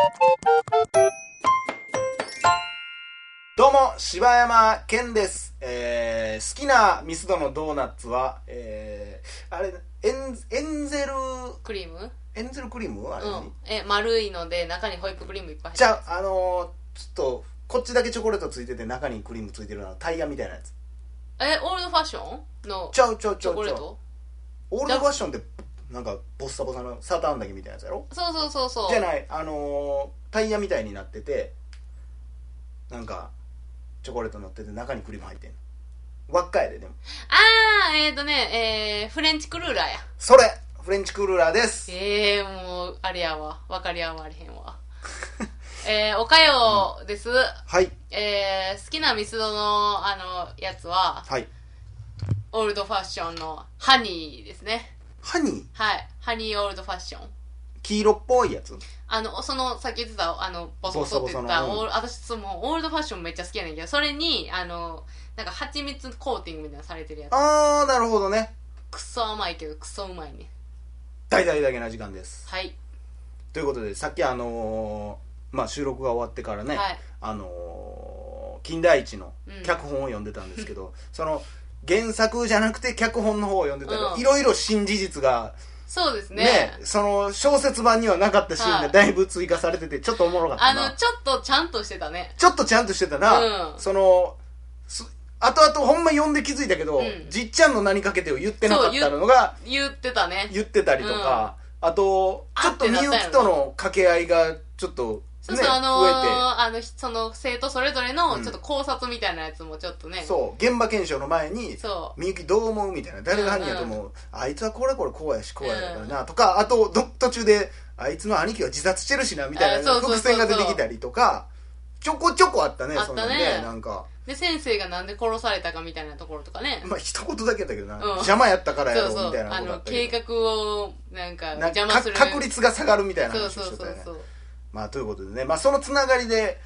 どうも柴山健です。好きなミスドのドーナツは、あれエンゼルクリーム？ エンゼルクリームあれ、 丸いので中にホイップクリームいっぱい入ってる。 じゃあちょっとこっちだけチョコレートついてて中にクリームついてるタイヤみたいなやつ。 オールドファッションのチョコレート？ オールドファッションってなんかボッサボサのサーターアンダギーみたいなやつやろ。 そうじゃない、タイヤみたいになってて、なんかチョコレート乗ってて中にクリーム入ってんの。輪っかやで。でもフレンチクルーラーや。 それフレンチクルーラーです。 もうあれやわ、分かり合われへんわ。おかよです、 はい。 好きなミスドのやつは、 はい。 オールドファッションのハニーですね。 ハニー？ はい、ハニーオールドファッション。 黄色っぽいやつ？ そのさっき言ってたボソボソって言った私もうオールドファッションめっちゃ好きやねんけど、それになんか蜂蜜コーティングみたいなのされてるやつ。 あー、なるほどね。 クソ甘いけどクソうまいね。 大々だけな時間です。 はい。 ということで、さっき収録が終わってからね、 はい、 金田一の脚本を読んでたんですけど、その原作じゃなくて脚本の方を読んでたら、いろいろ新事実がそうですね。 その小説版にはなかったシーンがだいぶ追加されてて、ちょっとおもろかったな。 ちょっとちゃんとしてたね。 ちょっとちゃんとしてたな。後々ほんま読んで気づいたけど、じっちゃんの名にかけてを言ってなかったのが言ってたね。 言ってたりとか、あとちょっとみゆきとの掛け合いがちょっと増えて、 その生徒それぞれのちょっと考察みたいなやつもちょっとね、 そう現場検証の前にみゆきどう思うみたいな、誰が犯人やと思う、あいつはこれこうやしこうやからな、とか、あと途中であいつの兄貴は自殺してるしなみたいな伏線が出てきたりとか、ちょこちょこあったね。 あったね。 そのね、なんかで先生がなんで殺されたかみたいなところとかね。 まあ一言だけだけどな、邪魔やったからやろうみたいなことだったけど、 計画をなんか邪魔する確率が下がるみたいな話をしてたよね。まあということでね、まあそのつながりで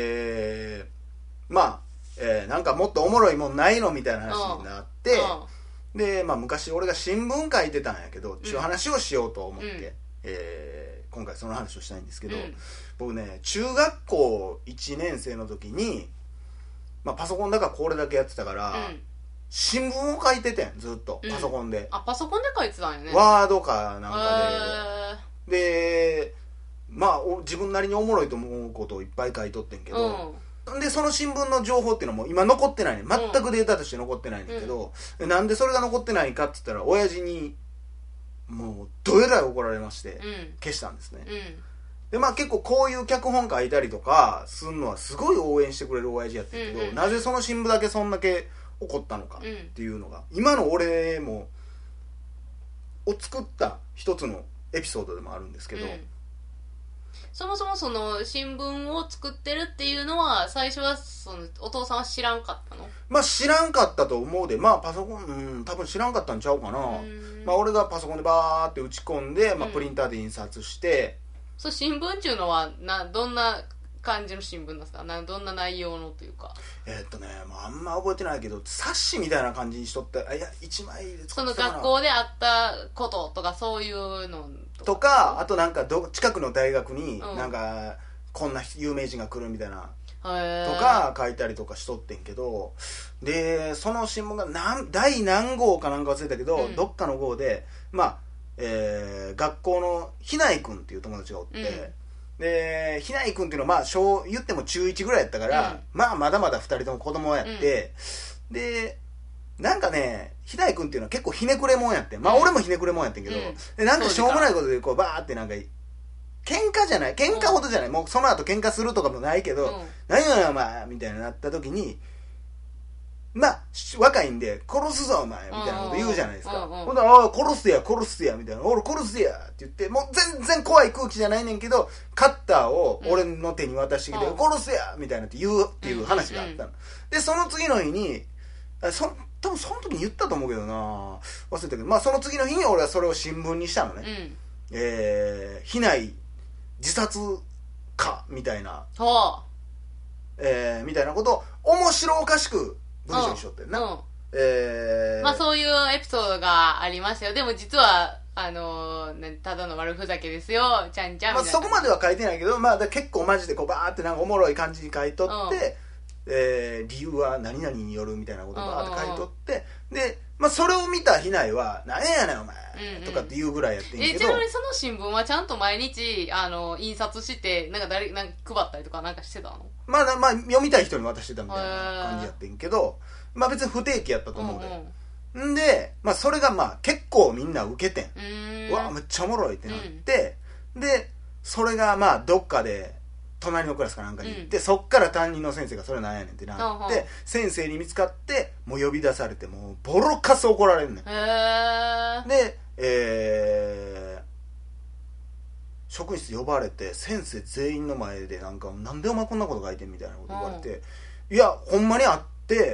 なんかもっとおもろいもんないのみたいな話になって、でまあ昔俺が新聞書いてたんやけど、っていう話をしようと思って、今回その話をしたいんですけど、僕ね中学校1年生の時に、まあ、パソコンだからこれだけやってたから、新聞を書いててん、ずっとパソコンで、 パソコンで書いてたんやね。 ワードかなんかで、まあ自分なりにおもろいと思うことをいっぱい書いとってんけど、でその新聞の情報っていうのも今残ってないね、全くデータとして残ってないんだけど、なんでそれが残ってないかって言ったら、親父にもうどえらい怒られまして、消したんですね。でまあ結構こういう脚本書いたりとかするのはすごい応援してくれる親父やったけど、なぜその新聞だけそんだけ怒ったのかっていうのが、今の俺もを作った一つのエピソードでもあるんですけど、 そもそもその新聞を作ってるっていうのは最初はお父さんは知らんかったの？ まあ知らんかったと思うで、まあパソコン、多分知らんかったんちゃうかな。まあ俺がパソコンでバーって打ち込んで、まあプリンターで印刷して、 そう新聞っていうのはどんな感じの新聞なんですか？どんな内容のというか。 もうあんま覚えてないけど冊子みたいな感じにしとった。いや1枚で作ってたかな。その学校であったこととかそういうのとか、あとなんか近くの大学になんかこんな有名人が来るみたいなとか書いたりとかしとってんけど、でその新聞が第何号かなんか忘れたけど、どっかの号でまあ学校のひないくんっていう友達がおって、でひないくんっていうのはまあ言っても中1ぐらいやったから、まあまだまだ2人とも子供やって、でなんかねひないくんっていうのは結構ひねくれもんやって、まあ俺もひねくれもんやってんけど、でなんかしょうもないことでこうバーってなんか喧嘩ほどじゃない、もうその後喧嘩するとかもないけど、何やお前みたいになった時に、まあ若いんで殺すぞお前みたいなこと言うじゃないですか。ほんなら殺すやみたいな、俺殺すやって言って、もう全然怖い空気じゃないねんけどカッターを俺の手に渡してきて、殺すやみたいなって言うっていう話があったの。でその次の日に多分その時に言ったと思うけどな、忘れたけど、まあその次の日に俺はそれを新聞にしたのね。ひない自殺かみたいな、みたいなことを面白おかしく文章にしとってんな。 まあそういうエピソードがありましたよ。でも実はただの悪ふざけですよちゃんちゃんみたいな、 まあ、そこまでは書いてないけど、まあ、結構マジでこうバーってなんかおもろい感じに書いとって、理由は何々によるみたいなことをバーって書いとって、で、まあ、それを見たひないは何やねんお前、とかって言うぐらいやってんけど、 ちなみにその新聞はちゃんと毎日印刷してなんか配ったりとかなんかしてたの？ まあ読みたい人に渡してたみたいな感じやってんけど、まあ別に不定期やったと思うで、んで、まあそれがまあ結構みんな受けてん、うわめっちゃおもろいってなって、でそれがまあどっかで隣のクラスかなんかに行って、そっから担任の先生がそれなんやねんってなって、先生に見つかってもう呼び出されて、もうボロカス怒られんねん。で職員室呼ばれて先生全員の前でなんでお前こんなこと書いてんみたいなこと言われて、いやほんまにあって、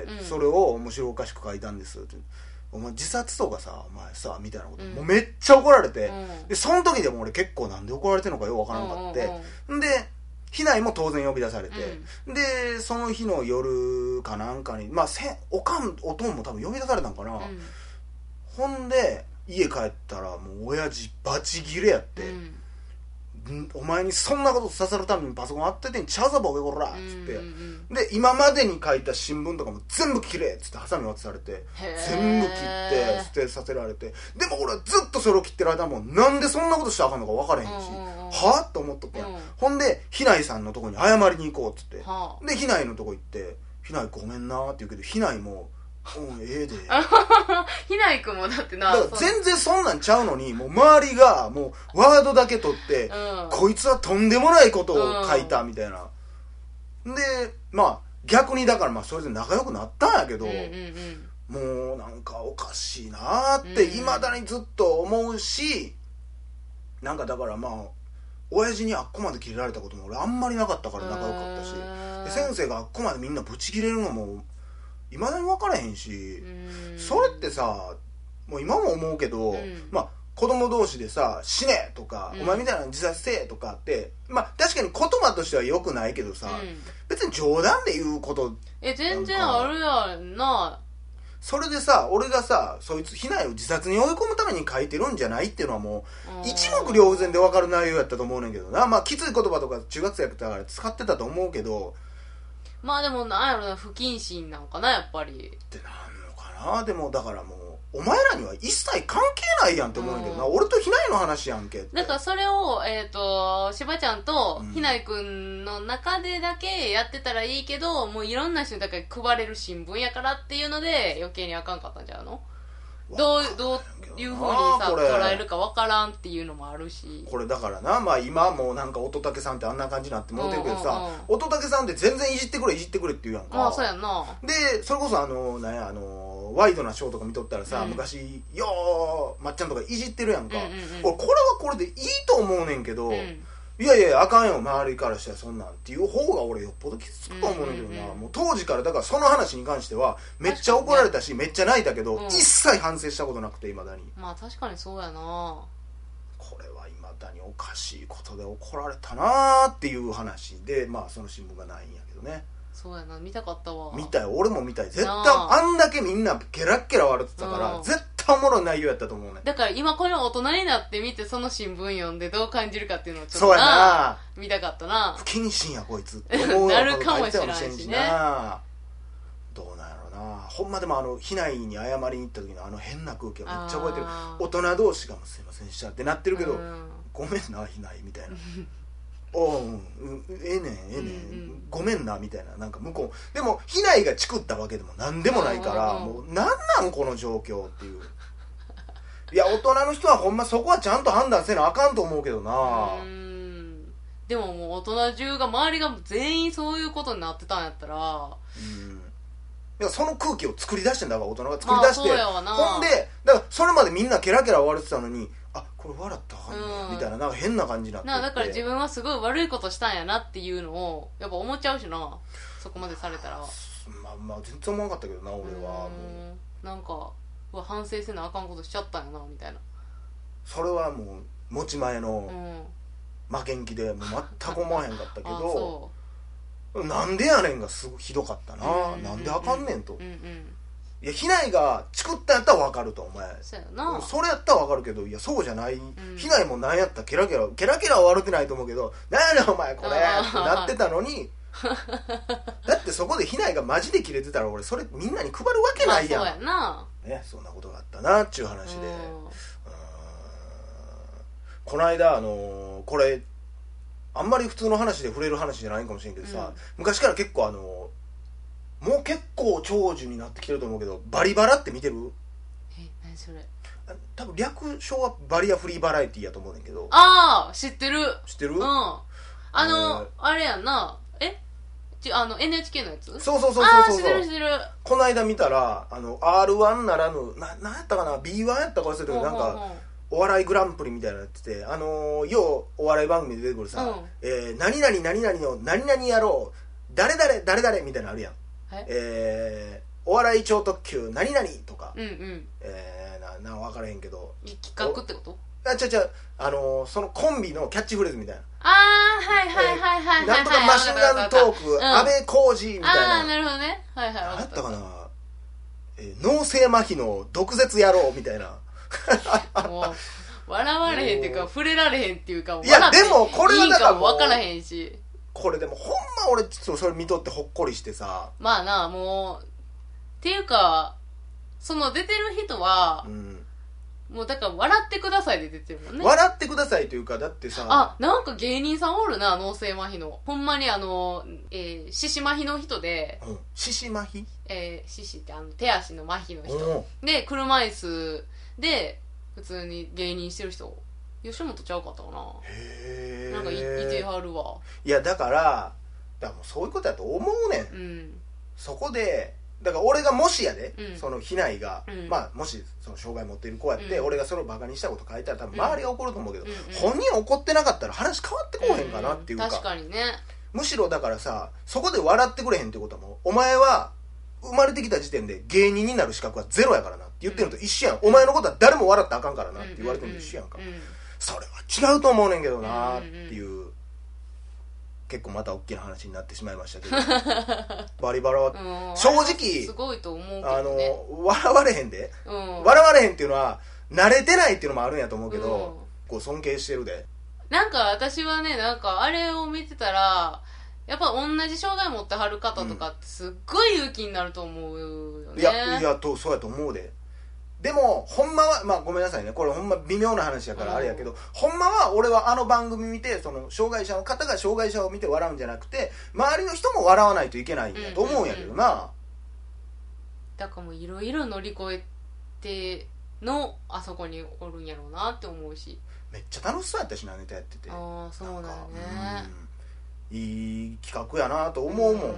それを面白おかしく書いたんですって、お前自殺とかさお前さみたいなこと、もうめっちゃ怒られて、でその時でも俺結構なんで怒られてんのかよくわからんかって、でひないも当然呼び出されて、でその日の夜かなんかにまあおとんも多分呼び出されたんかな、ほんで家帰ったらもう親父バチギレやって、お前にそんなことさせるためにパソコンあっててんちゃうぞボケこらっつって、で今までに書いた新聞とかも全部切れっつってハサミ渡されて全部切って捨てさせられて、でも俺はずっとそれを切ってる間もなんでそんなことしたらあかんのか分からへんし、はぁと思っとってん、ほんでひないさんのとこに謝りに行こうっつって、でひないのとこ行ってひないごめんなーって言うけどひないもええでひないくんもだってな、 だから全然そんなんちゃうのにもう周りがもうワードだけ取って、こいつはとんでもないことを書いたみたいな、でまあ逆にだからまあそれで仲良くなったんやけど、もうなんかおかしいなっていまだにずっと思うし、なんかだからまあ親父にあっこまでキレられたことも俺あんまりなかったから仲良かったし、で先生があっこまでみんなブチキレるのもいまだに分からへんし、それってさもう今も思うけど、まあ子供同士でさ死ねとか、お前みたいな自殺せえとかってまあ確かに言葉としては良くないけどさ、別に冗談で言うこと全然あるやんな。 それでさ俺がさそいつひないを自殺に追い込むために書いてるんじゃないっていうのはもう一目瞭然で分かる内容やったと思うねんけどな。まあきつい言葉とか中学生やったから使ってたと思うけど、 まあでもなんやろな、不謹慎なんかなやっぱりってなんのかな。でもだからもうお前らには一切関係ないやんって思うんだけどな、俺とひないの話やんけって。 だからそれをしばちゃんとひないくんの中でだけやってたらいいけど、もういろんな人にだから配れる新聞やからっていうので余計にあかんかったんちゃうの。どういう風にさ捉えるか分からんっていうのもあるし、 これだからな、まあ今もうなんか乙武さんってあんな感じになってもうてるけどさ、乙武さんって全然いじってくれって言うやんか。 まあそうやんな。 でそれこそなんやワイドなショーとか見とったらさ、昔よーまっちゃんとかいじってるやんか、俺これはこれでいいと思うねんけど、いやいやあかんよ周りからしたらそんなんっていう方が俺よっぽどきつくと思うねんけどな、もう当時からだからその話に関してはめっちゃ怒られたし、めっちゃ泣いたけど、一切反省したことなくていまだに。 まあ確かにそうやな。 これはいまだにおかしいことで怒られたなーっていう話で、まあその新聞がないんやけどね。 そうやな、見たかったわ。 見たよ、俺も見たい。絶対あんだけみんなケラッケラ笑ってたから、絶対おもろい内容やったと思うね。 だから今これ大人になって見てその新聞読んでどう感じるかっていうのをちょっとそうやな見たかったな。 不謹慎やこいつって思うなるかもしれないしね。 どうなんやろな。ほんまでもひないに謝りに行った時の変な空気はめっちゃ覚えてる。大人同士がもうすいませんでしたってなってるけど、ごめんなひないみたいなおう、ええねん、ごめんなみたいな、なんか向こうでもひないがチクったわけでもなんでもないから、もうなんなんこの状況っていう。いや大人の人はほんまそこはちゃんと判断せなあかんと思うけどな。 でももう大人中が周りが全員そういうことになってたんやったら、 いやその空気を作り出してんだから大人が作り出して、 ほんでだからそれまでみんなケラケラ笑ってたのに、あこれ笑ったらあかんねんみたいな、なんか変な感じになってて、 だから自分はすごい悪いことしたんやなっていうのをやっぱ思っちゃうしな、そこまでされたら。 まあ全然思わなかったけどな俺は。もうなんか反省せなあかんことしちゃったんやなみたいな。 それはもう持ち前の負けん気でもう全く思わへんかったけどなんでやねんがすごいひどかったな、なんであかんねんと、 いや、ひないがチクったやったら分かると、お前。 そうやな。 それやったら分かるけど、いや、そうじゃない。ひないもなんやったらケラケラは悪くないと思うけど、なんやねんお前これってなってたのに、だってそこでひないがマジでキレてたら俺それみんなに配るわけないやん。 そうやな。 ね、そんなことがあったなっていう話で。この間、これ、あんまり普通の話で触れる話じゃないかもしれんけどさ、昔から結構もう結構長寿になってきてると思うけど、バリバラって見てる？ 何それ？ 多分略称はバリアフリーバラエティやと思うねんけど。 ああ、知ってる。 知ってる？ あれやんな。NHK のやつ？ そう。 ああ、知ってる。 この間見たら、R1 ならぬ、なんやったかな、B1 やったか忘れたけど、なんか、お笑いグランプリみたいなのやってて、ようお笑い番組で出てくるさ、何々の何々やろう、誰々みたいなのあるやん。お笑い超特急何々とか、分からへんけど。 企画ってこと？ そのコンビのキャッチフレーズみたいな。 ああ、はい。 なんとかマシンガントーク、安倍浩二みたいな。 ああ、なるほどね。はい。 あったかな、脳性麻痺の毒舌野郎みたいな。 もう笑われへんっていうか触れられへんっていうか、 いやでもこれはだから分からへんし、 これでもほんま俺ちょっとそれ見とってほっこりしてさ、 まあな、もうっていうかその出てる人は、もうだから笑ってくださいで出てるもんね。 笑ってくださいというか、だってさ、 なんか芸人さんおるな、脳性麻痺の。ほんまに四肢麻痺の人で、 四肢麻痺？ 四肢って手足の麻痺の人で、車椅子で普通に芸人してる人、吉本ちゃうかったかな。 へえ。 なんかいてはるわ。 いやだからもうそういうことやと思うねん。そこでだから俺がもしやで、そのひないが、もしその障害持っている子やって、俺がそれをバカにしたこと書いたら多分周りが怒ると思うけど、本人怒ってなかったら話変わってこへんかなっていうか、 確かにね。 むしろだからさ、そこで笑ってくれへんってことはもうお前は生まれてきた時点で芸人になる資格はゼロやからなって言ってるのと一緒やん。お前のことは誰も笑ったらあかんからなって言われてるのと一緒やんか。それは違うと思うねんけどなっていう、結構また大きな話になってしまいましたけどバリバラは正直すごいと思うけどね。 笑われへんで、笑われへんっていうのは慣れてないっていうのもあるんやと思うけど、こう尊敬してるで。なんか私はね、なんかあれを見てたらやっぱ同じ障害持ってはる方とかってすっごい勇気になると思うよね。いやそうやと思うで。でもほんまはごめんなさいね、これほんま微妙な話やからあれやけど、ほんまは俺は番組見て、その障害者の方が障害者を見て笑うんじゃなくて、周りの人も笑わないといけないんやと思うんやけどな。 だからもういろいろ乗り越えてのあそこにおるんやろうなって思うし、 めっちゃ楽しそうやったしな、ネタやってて。 ああ、そうなんだね。 いい企画やなと思うもん。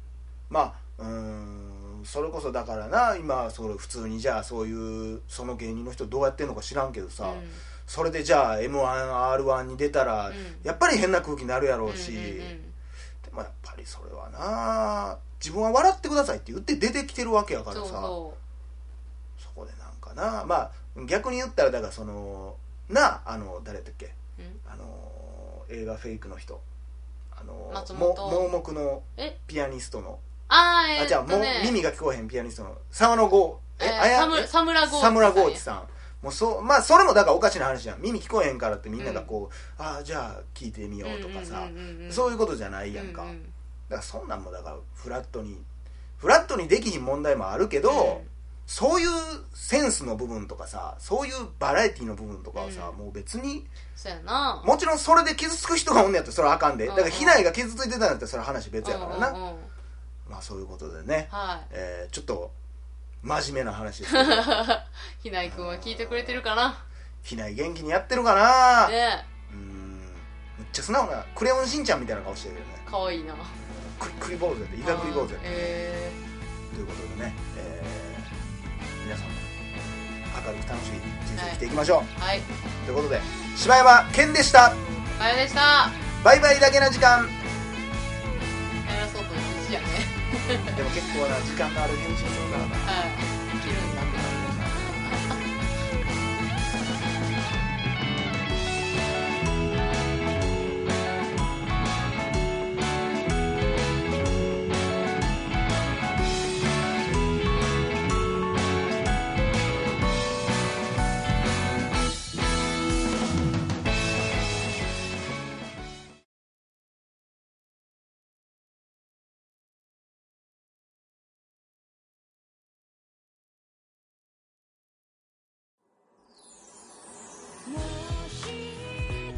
それこそだからな、今普通にじゃあそういうその芸人の人どうやってんのか知らんけどさ、それでじゃあ M1、R1 に出たら、やっぱり変な空気になるやろうし、でもやっぱりそれはな、自分は笑ってくださいって言って出てきてるわけやからさ、そこでなんかな、逆に言ったらだから誰だっけ、映画フェイクの人、盲目のピアニストの、じゃあもう耳が聞こえへんピアニストの沢村郷地さん。もうそれもだからおかしな話じゃん。耳聞こえへんからってみんながこう、じゃあ聞いてみようとかさ、そういうことじゃないやんか。だからそんなんもだからフラットにできひん問題もあるけど、そういうセンスの部分とかさ、そういうバラエティの部分とかはさ、もう別に、 そうやな、 もちろんそれで傷つく人がおんねやったらそれはあかんで、だからひないが傷ついてたんだったらそれは話別やからな。そういうことでね、ちょっと真面目な話ですけどひないくんは聞いてくれてるかな。 ひない元気にやってるかな、 ね、 めっちゃ素直なクレヨンしんちゃんみたいな顔してるよね。 かわいいな。 クリ坊主やって、イカクリ坊主やって、ということでね、皆さんも明るく楽しい人生生きていきましょう、ということで柴山健でした。 かよでした。 バイバイだけな時間。 やらそうと必死やねでも結構な時間のある返信するからな。 生きるんだ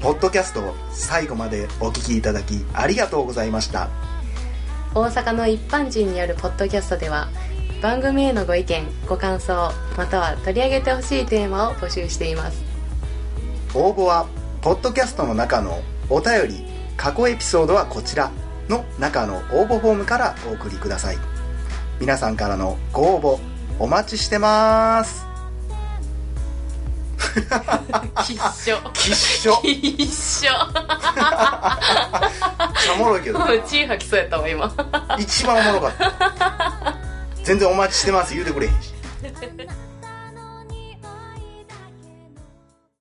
ポッドキャストを最後までお聞きいただきありがとうございました。 大阪の一般人によるポッドキャストでは、番組へのご意見ご感想または取り上げてほしいテーマを募集しています。 応募はポッドキャストの中のお便り過去エピソードはこちらの中の応募フォームからお送りください。皆さんからのご応募お待ちしてます。 きっしょきっしょきっしょめっちゃおもろいけどな。 血吐きそうやったわ今。 一番おもろかった。全然お待ちしてます言うてくれへんし。